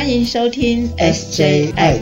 欢迎收听 SJI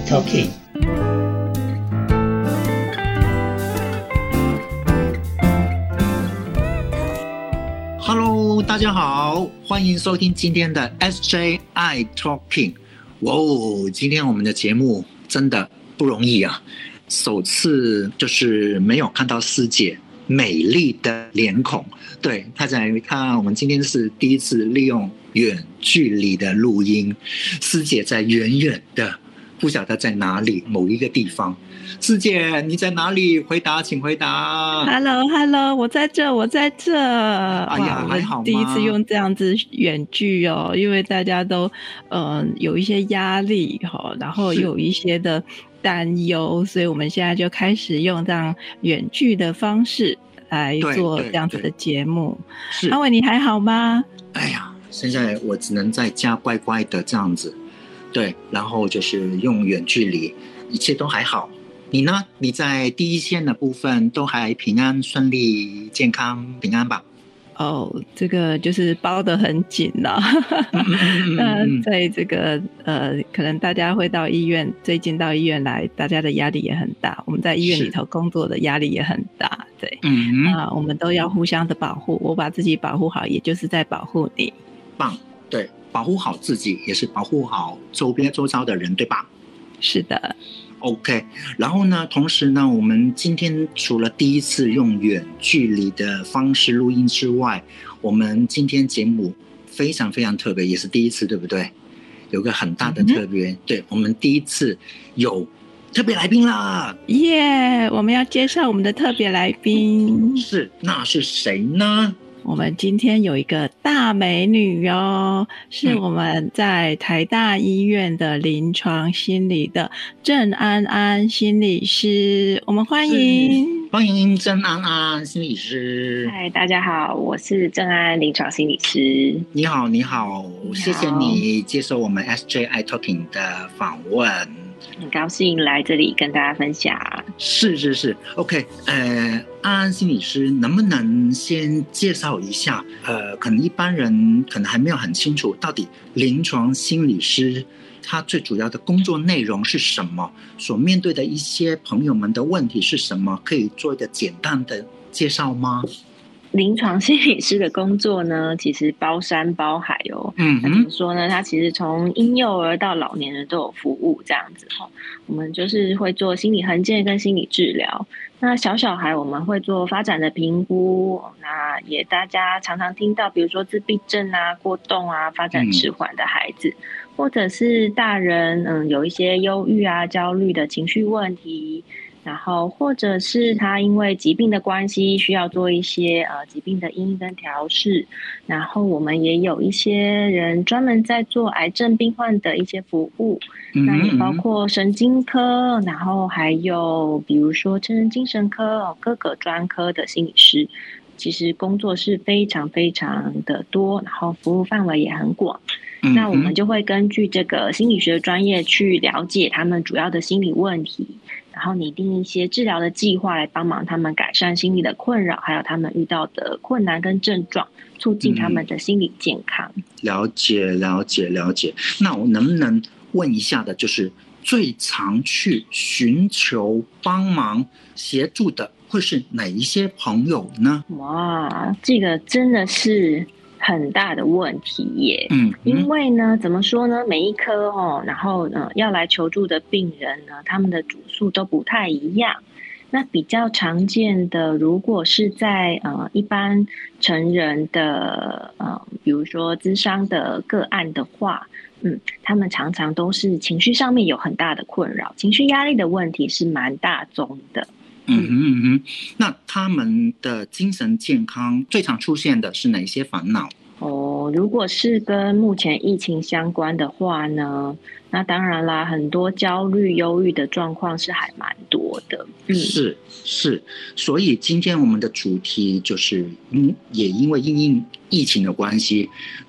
Talking。Hello， 大家好，欢迎收听今天的 SJI Talking。哇哦，今天我们的节目真的不容易啊！首次就是没有看到师姐美丽的脸孔，对，大家看，我们今天是第一次利用远距离的录音，师姐在远远的，不晓得在哪里，某一个地方。师姐你在哪里？回答，请回答。 Hello， 我在这。哎呀，还好吗？ 第一次用这样子远距哦，因为大家都有一些压力哈，然后有一些的担忧，所以我们现在就开始用这样远距的方式来做这样子的节目。阿伟，你还好吗？ 哎呀，现在我只能在家乖乖的这样子，对，然后就是用远距离，一切都还好。你呢？你在第一线的部分都还平安顺利、健康平安吧？ 哦，这个就是包得很紧了。在这个可能大家会到医院，最近到医院来，大家的压力也很大。我们在医院里头工作的压力也很大，对。我们都要互相的保护。我把自己保护好，也就是在保护你。 棒，对，保护好自己，也是保护好周遭的人，对吧？ 是的。 OK， 然后呢，同时呢，我们今天除了第一次用远距离的方式录音之外，我们今天节目非常非常特别，也是第一次，对不对？有个很大的特别，对，我们第一次有特别来宾啦！ 耶，我们要介绍我们的特别来宾。 是，那是谁呢？ 我们今天有一个大美女哦，是我们在台大医院的临床心理的郑安安心理师，我们欢迎郑安安心理师。 嗨，大家好，我是郑安安临床心理师。 你好，谢谢你接受我们 SJI Talking 的访问。 很高兴来这里跟大家分享。 是 OK， 安安心理师能不能先介绍一下，可能一般人可能还没有很清楚，到底临床心理师他最主要的工作内容是什么，所面对的一些朋友们的问题是什么，可以做一个简单的介绍吗？ 临床心理师的工作呢，其实包山包海哦。那怎么说呢？他其实从婴幼儿到老年人都有服务这样子哈。我们就是会做心理衡鉴跟心理治疗。那小孩我们会做发展的评估，那也大家常常听到，比如说自闭症啊、过动啊、发展迟缓的孩子，或者是大人有一些忧郁啊、焦虑的情绪问题。然后或者是他因为疾病的关系需要做一些疾病的因应跟调适，然后我们也有一些人专门在做癌症病患的一些服务，那也包括神经科，然后还有比如说成人精神科各个专科的心理师，其实工作是非常非常的多，然后服务范围也很广。那我们就会根据这个心理学专业去了解他们主要的心理问题，然后拟定一些治疗的计划来帮忙他们改善心理的困扰，还有他们遇到的困难跟症状，促进他们的心理健康。 了解。那我能不能问一下的，就是最常去寻求帮忙协助的会是哪一些朋友呢？ 哇，这个真的是很大的问题耶。因为呢，怎么说呢，每一科然后要来求助的病人呢，他们的主诉都不太一样。那比较常见的，如果是在一般成人的比如说諮商的个案的话，他们常常都是情绪上面有很大的困扰，情绪压力的问题是蛮大宗的。 那他们的精神健康最常出现的是哪些烦恼？ 如果是跟目前疫情相关的话呢，那当然啦，很多焦虑、忧郁的状况是还蛮多的。 是，所以今天我们的主题就是，也因为疫情的关系，对，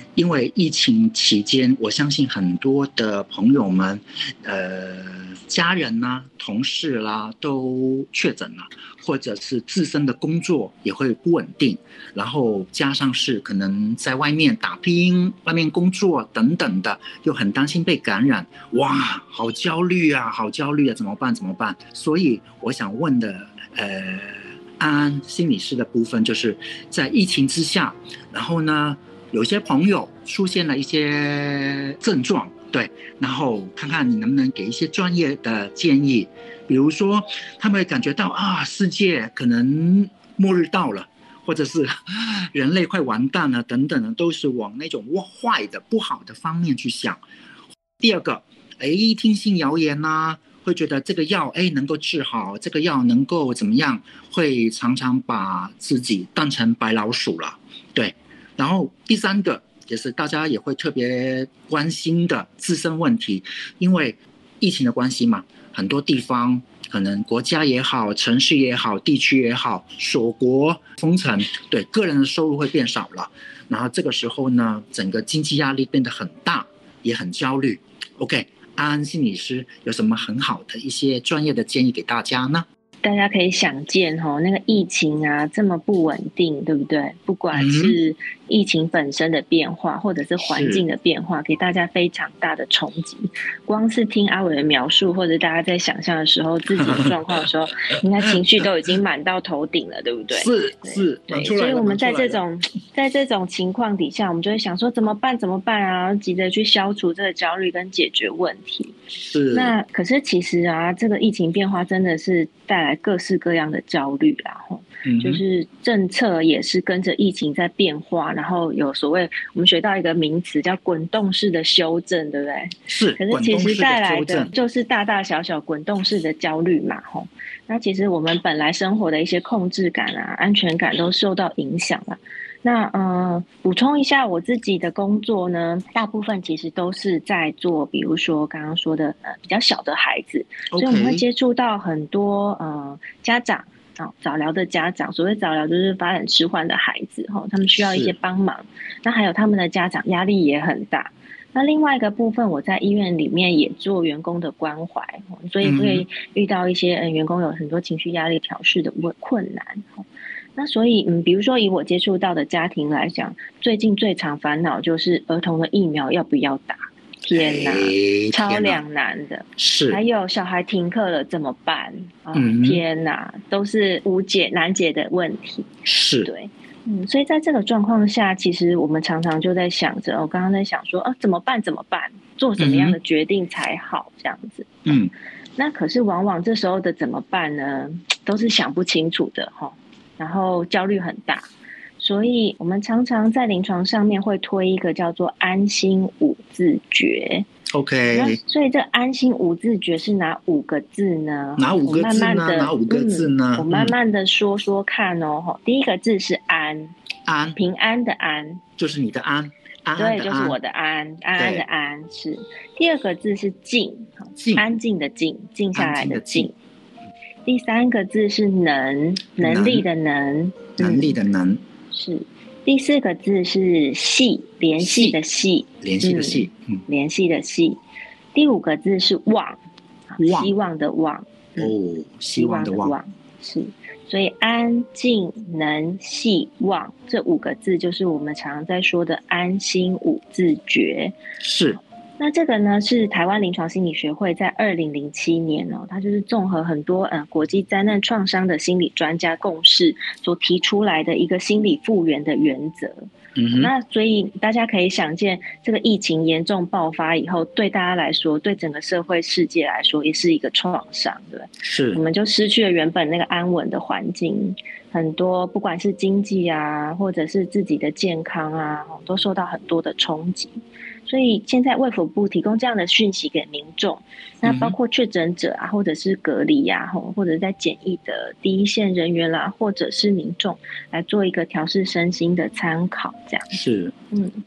因为疫情期间，我相信很多的朋友们，家人啦、同事啦都确诊了，或者是自身的工作也会不稳定，然后加上是可能在外面打拼、外面工作等等的，又很担心被感染，哇，好焦虑啊，好焦虑啊，怎么办？怎么办？所以我想问的，安安心理师的部分，就是在疫情之下，然后呢，有些朋友出现了一些症状，对，然后看看你能不能给一些专业的建议，比如说他们会感觉到啊，世界可能末日到了，或者是人类快完蛋了等等的，都是往那种坏的、不好的方面去想。第二个，听信谣言啊，会觉得这个药能够治好，这个药能够怎么样，会常常把自己当成白老鼠了，对。然后第三个也是大家也会特别关心的自身问题，因为疫情的关系嘛，很多地方可能国家也好，城市也好，地区也好，锁国封城，对，个人的收入会变少了，然后这个时候呢，整个经济压力变得很大，也很焦虑。OK， 安安心理师有什么很好的一些专业的建议给大家呢？ 大家可以想见那个疫情啊这么不稳定，对不对？不管是疫情本身的变化，或者是环境的变化，给大家非常大的冲击。光是听阿伟的描述，或者大家在想象的时候自己的状况的时候，应该情绪都已经满到头顶了，对不对？ 是， 对，所以我们在这种情况底下，我们就会想说怎么办啊，急着去消除这个焦虑跟解决问题。 是。 那可是其实啊，这个疫情变化真的是带来各式各样的焦虑啦，就是政策也是跟着疫情在变化，然后有所谓我们学到一个名词叫滚动式的修正，对不对？ 是。 可是其实带来的就是大大小小滚动式的焦虑嘛，那其实我们本来生活的一些控制感啊、安全感都受到影响了。那补充一下我自己的工作呢，大部分其实都是在做，比如说刚刚说的比较小的孩子，所以我们会接触到很多家长早疗的家长，所谓早疗就是发展迟缓的孩子他们需要一些帮忙，那还有他们的家长压力也很大。那另外一个部分，我在医院里面也做员工的关怀，所以会遇到一些员工有很多情绪压力调适的困难。那所以比如说以我接触到的家庭来讲，最近最常烦恼就是儿童的疫苗要不要打，天哪，超两难的。 是。 还有小孩停课了怎么办天哪，都是难解的问题。 是。 对。所以在这个状况下，其实我们常常就在想着，我刚刚在想说怎么办，做什么样的决定才好，这样子。那可是往往这时候的怎么办呢，都是想不清楚的然后焦虑很大，所以我们常常在临床上面会推一个叫做安心5自觉。 OK， 所以这安心5自觉是哪5个字呢？ 哪5个字呢？ 我慢慢的说说看第一个字是安，平安的安， 就是你的安， 对，就是我的安，安安的安是。第二个字是静，安静的静，静下来的静。第三个字是能力的能， 能力的能是。第四个字是系，联系的系， 联系的系， 联系的系。第5个字是望，希望的望， 希望的望是。所以安静能系望这5个字就是我们常常在说的安心5自觉。 是。 那这个呢是台湾临床心理学会在2007年它就是综合很多国际灾难创伤的心理专家共识所提出来的一个心理复原的原则。那所以大家可以想见，这个疫情严重爆发以后，对大家来说，对整个社会世界来说，也是一个创伤，对不对？ 是。 我们就失去了原本那个安稳的环境，很多不管是经济啊，或者是自己的健康啊，都受到很多的冲击。所以现在卫福部提供这样的讯息给民众，那包括确诊者啊，或者是隔离啊，或者在检疫的第一线人员啦，或者是民众来做一个调适身心的参考，这样是。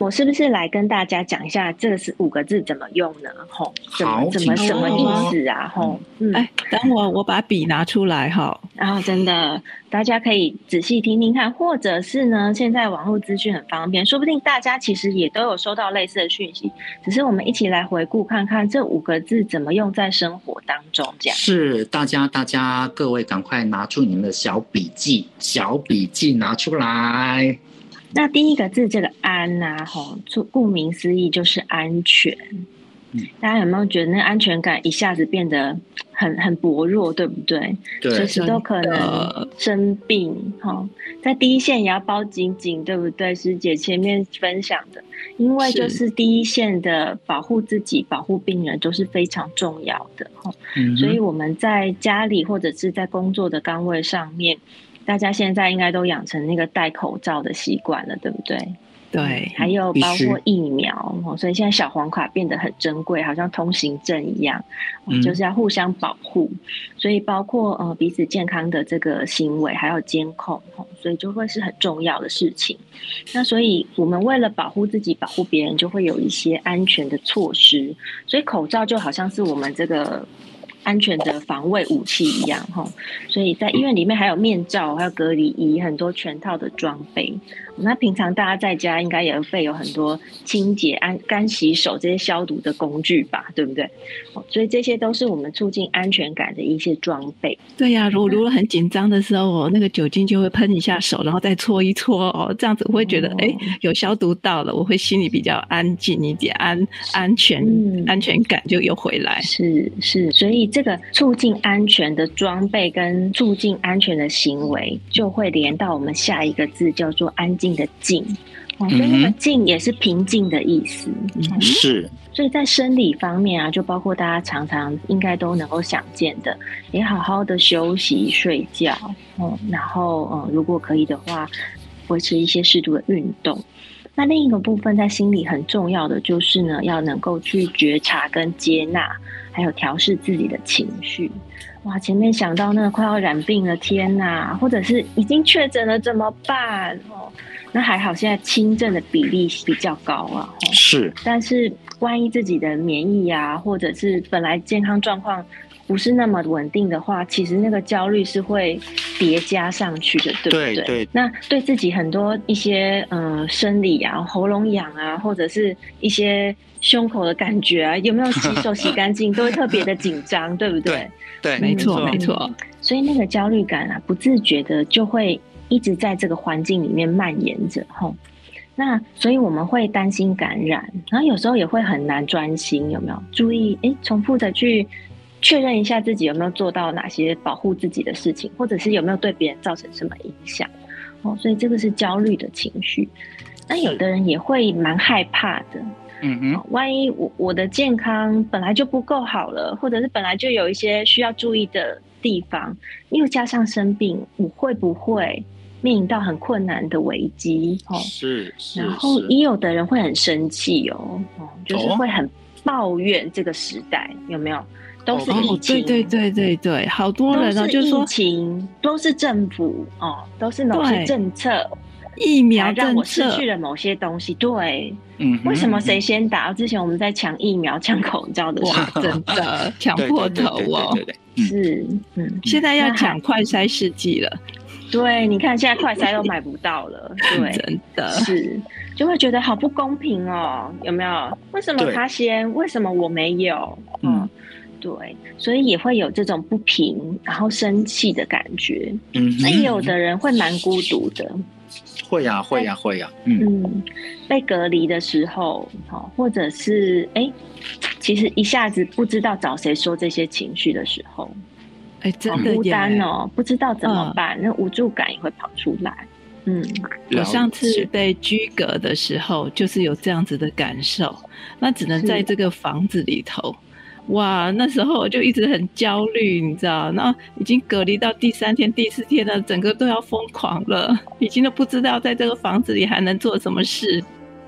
我是不是来跟大家讲一下这个是5个字怎么用呢？怎么什么意思啊？ 等我把笔拿出来哈。 然后真的大家可以仔细听听看，或者是呢，现在网络资讯很方便，说不定大家其实也都有收到类似的讯息，只是我们一起来回顾看看这5个字怎么用在生活当中。这样是大家各位赶快拿出你们的小笔记拿出来。 那第一个字这个安啊，顾名思义就是安全。大家有没有觉得那安全感一下子变得很薄弱，对不对？ 对， 随时都可能生病，在第一线也要包紧紧，对不对？师姐前面分享的，因为就是第一线的保护自己、保护病人都是非常重要的，所以我们在家里或者是在工作的岗位上面，大家现在应该都养成那个戴口罩的习惯了，对不对？ 对， 还有包括疫苗，所以现在小黄卡变得很珍贵，好像通行证一样，就是要互相保护，所以包括彼此健康的这个行为还有监控，所以就会是很重要的事情。那所以我们为了保护自己、保护别人，就会有一些安全的措施，所以口罩就好像是我们这个安全的防卫武器一样，所以在医院里面还有面罩，还有隔离衣，很多全套的装备。那平常大家在家应该也会有很多清洁、干洗手这些消毒的工具吧，对不对？所以这些都是我们促进安全感的一些装备。 对呀，如果很紧张的时候，那个酒精就会喷一下手，然后再搓一搓，这样子我会觉得有消毒到了，我会心里比较安静一点，安全感就有回来。是， 所以这个促进安全的装备跟促进安全的行为，就会连到我们下一个字，叫做安静的静。所以那个静也是平静的意思。 是。 所以在生理方面啊，就包括大家常常应该都能够想见的，也好好的休息睡觉，然后如果可以的话，维持一些适度的运动。那另一个部分在心理很重要的就是呢，要能够去觉察跟接纳，还有调适自己的情绪。哇，前面想到那个快要染病了，天哪，或者是已经确诊了怎么办？那还好现在轻症的比例比较高啊。 是， 但是万一自己的免疫啊，或者是本来健康状况不是那么稳定的话，其实那个焦虑是会叠加上去的，对不对？ 对。 那对自己很多一些生理啊、喉咙痒啊，或者是一些胸口的感觉啊，有没有洗手洗干净，都会特别的紧张，对不对？ 对， 没错。 所以那个焦虑感啊，不自觉的就会一直在这个环境里面蔓延着。那所以我们会担心感染，然后有时候也会很难专心，有没有注意重复的去确认一下自己有没有做到哪些保护自己的事情，或者是有没有对别人造成什么影响。所以这个是焦虑的情绪。那有的人也会蛮害怕的，万一我的健康本来就不够好了，或者是本来就有一些需要注意的地方，又加上生病，我会不会面临到很困难的危机？ 是。 然后也有的人会很生气就是会很抱怨这个时代，有没有？都是疫情， 对，好多人都是疫情，都是政府都是某些政策， 疫苗政策让我失去了某些东西。对，为什么谁先打？之前我们在抢疫苗、抢口罩的时候， 真的抢破头对， 是， 现在要抢快筛试剂了。 对，你看现在快筛都买不到了，对， 真的是，就会觉得好不公平哦，有没有？为什么他先？为什么我没有？对，所以也会有这种不平，然后生气的感觉。那也有的人会蛮孤独的。 会呀。 被隔离的时候，或者是其实一下子不知道找谁说这些情绪的时候， 真的孤单不知道怎么办，那无助感也会跑出来。 我上次被居隔的时候，就是有这样子的感受，那只能在这个房子里头。哇，那时候我就一直很焦虑，你知道，那已经隔离到第3天、第4天了，整个都要疯狂了，已经都不知道在这个房子里还能做什么事。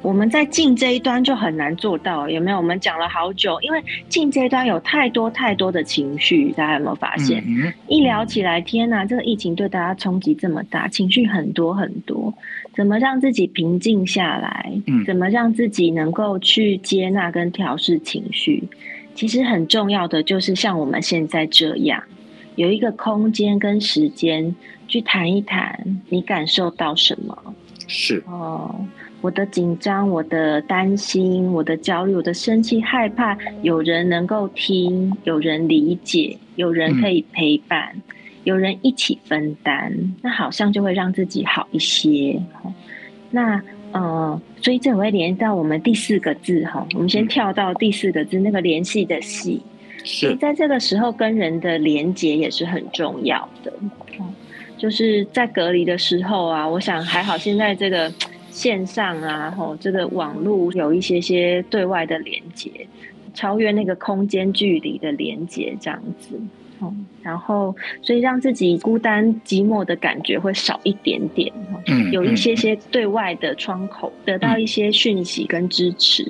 我们在进这一端就很难做到，有没有？我们讲了好久，因为进这一端有太多太多的情绪，大家有没有发现？一聊起来，天哪，这个疫情对大家冲击这么大，情绪很多很多，怎么让自己平静下来？怎么让自己能够去接纳跟调适情绪？其实很重要的就是像我们现在这样，有一个空间跟时间去谈一谈，你感受到什么？ 是我的紧张，我的担心，我的焦虑，我的生气、害怕，有人能够听，有人理解，有人可以陪伴，有人一起分担，那好像就会让自己好一些。那所以这会连到我们第4个字哈，我们先跳到第4个字，那个联系的系。所以在这个时候跟人的连结也是很重要的。就是在隔离的时候啊，我想还好现在这个线上啊，这个网络有一些对外的连结，超越那个空间距离的连结这样子。然后所以让自己孤单寂寞的感觉会少一点点，有一些对外的窗口得到一些讯息跟支持。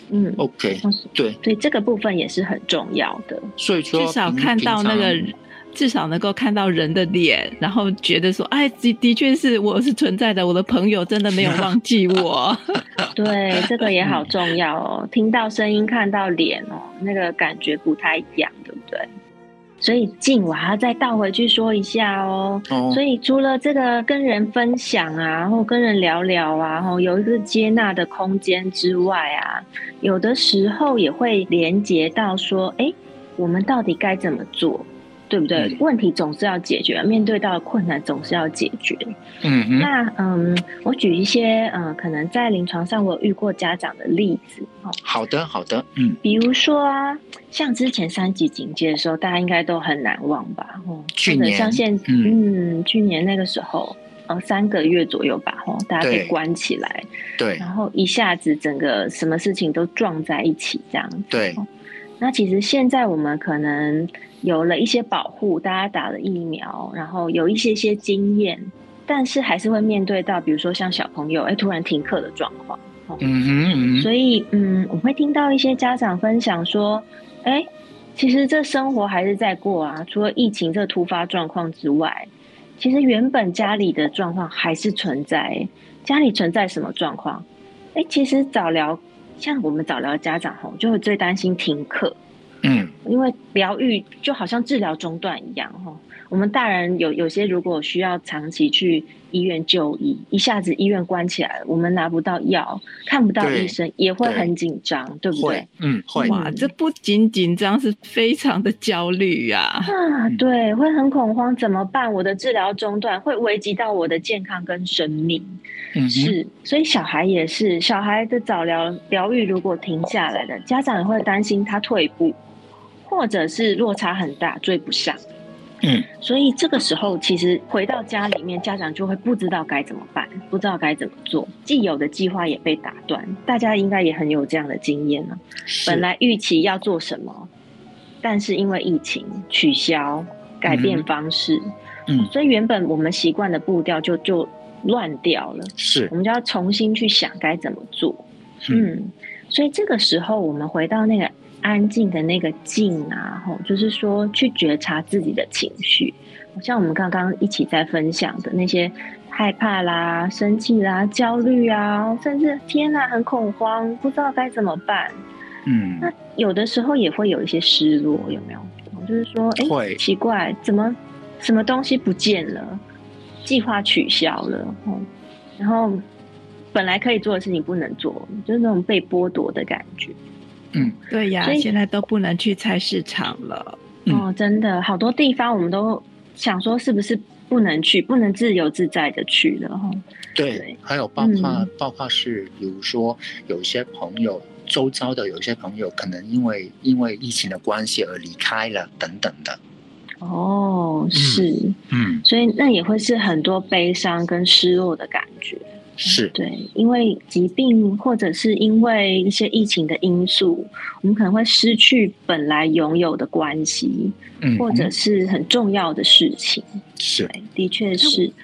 OK， 对， 所以这个部分也是很重要的。 所以说至少看到那个，至少能够看到人的脸，然后觉得说，哎，的确是我是存在的，我的朋友真的没有忘记我。 对，这个也好重要哦。听到声音，看到脸哦，那个感觉不太一样，对不对？所以静，我还要再倒回去说一下哦。所以除了这个跟人分享啊，或跟人聊聊啊，有一个接纳的空间之外啊，有的时候也会连接到说，我们到底该怎么做？对不对？问题总是要解决，面对到的困难总是要解决。那我举一些可能在临床上我有遇过家长的例子。 好的， 比如说啊，像之前3级警戒的时候，大家应该都很难忘吧？ 去年像去年那个时候，3个月左右吧，大家被关起来， 对， 然后一下子整个什么事情都撞在一起，这样子。 对。 那其实现在我们可能有了一些保护，大家打了疫苗，然后有一些经验，但是还是会面对到，比如说像小朋友突然停课的状况。所以我会听到一些家长分享说，其实这生活还是在过啊，除了疫情这突发状况之外，其实原本家里的状况还是存在。家里存在什么状况？其实早疗。像我们早疗家长就会最担心停课，因为疗愈就好像治疗中断一样。我们大人有些如果需要长期去医院就医，一下子医院关起来了，我们拿不到药，看不到医生，也会很紧张，对不对？ 会。 哇，这不仅紧张，是非常的焦虑啊！ 对，会很恐慌，怎么办？我的治疗中断会危及到我的健康跟生命。是，所以小孩也是，小孩的早疗愈如果停下来了，家长也会担心他退步，或者是落差很大，追不上。所以这个时候其实回到家里面，家长就会不知道该怎么办，不知道该怎么做，既有的计划也被打断。大家应该也很有这样的经验了。本来预期要做什么，但是因为疫情取消，改变方式，所以原本我们习惯的步调就乱掉了。 是， 我们就要重新去想该怎么做。所以这个时候我们回到那个安静的那个静啊，就是说去觉察自己的情绪，像我们刚刚一起在分享的那些害怕啦、生气啦、焦虑啊，甚至天哪很恐慌，不知道该怎么办。那有的时候也会有一些失落，有没有？就是说奇怪，怎么什么东西不见了，计划取消了，然后本来可以做的事情不能做，就是那种被剥夺的感觉。 对呀，现在都不能去菜市场了。 真的好多地方我们都想说是不是不能去，不能自由自在的去了。 对，还有包括是比如说有一些朋友周遭的有一些朋友可能因为疫情的关系而离开了等等的。 是，所以那也会是很多悲伤跟失落的感觉。 是， 对，因为疾病或者是因为一些疫情的因素，我们可能会失去本来拥有的关系，或者是很重要的事情。 是， 的确是。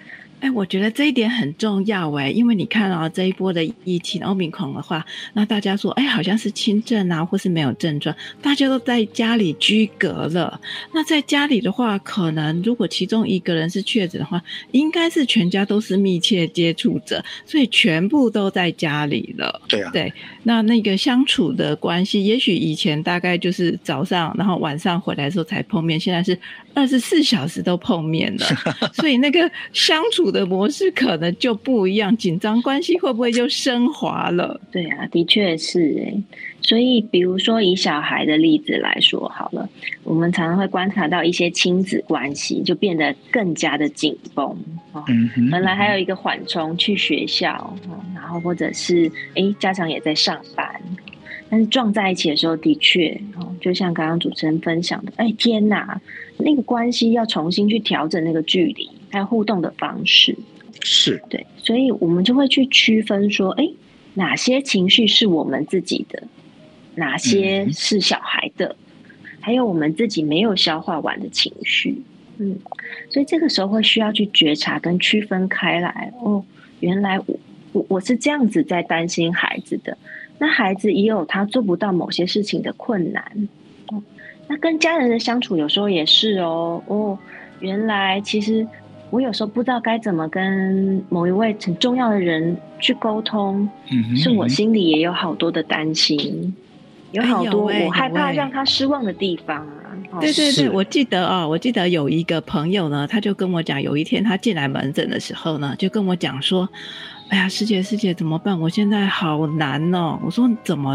我觉得这一点很重要因为你看这一波的疫情Omicron的话，那大家说好像是轻症啊，或是没有症状，大家都在家里居隔了。那在家里的话，可能如果其中一个人是确诊的话，应该是全家都是密切接触者，所以全部都在家里了。 对啊， 对，那个相处的关系，也许以前大概就是早上，然后晚上回来的时候才碰面，现在是24小时都碰面了，所以那个相处的模式可能就不一样，紧张关系会不会就升华了？ 对啊，的确是所以比如说以小孩的例子来说好了，我们常常会观察到一些亲子关系就变得更加的紧绷本来还有一个缓冲去学校然后或者是家长也在上班，但是撞在一起的时候的确就像刚刚主持人分享的天哪，那个关系要重新去调整那个距离还有互动的方式， 是对，所以我们就会去区分说哪些情绪是我们自己的，哪些是小孩的，还有我们自己没有消化完的情绪所以这个时候会需要去觉察跟区分开来原来我是这样子在担心孩子的，那孩子也有他做不到某些事情的困难那跟家人的相处有时候也是原来其实我有时候不知道该怎么跟某一位很重要的人去沟通是我心里也有好多的担心，有好多我害怕让他失望的地方对对对，我记得有一个朋友呢，他就跟我讲，有一天他进来门诊的时候呢，就跟我讲说，哎呀，师姐怎么办？我现在好难哦。我说怎么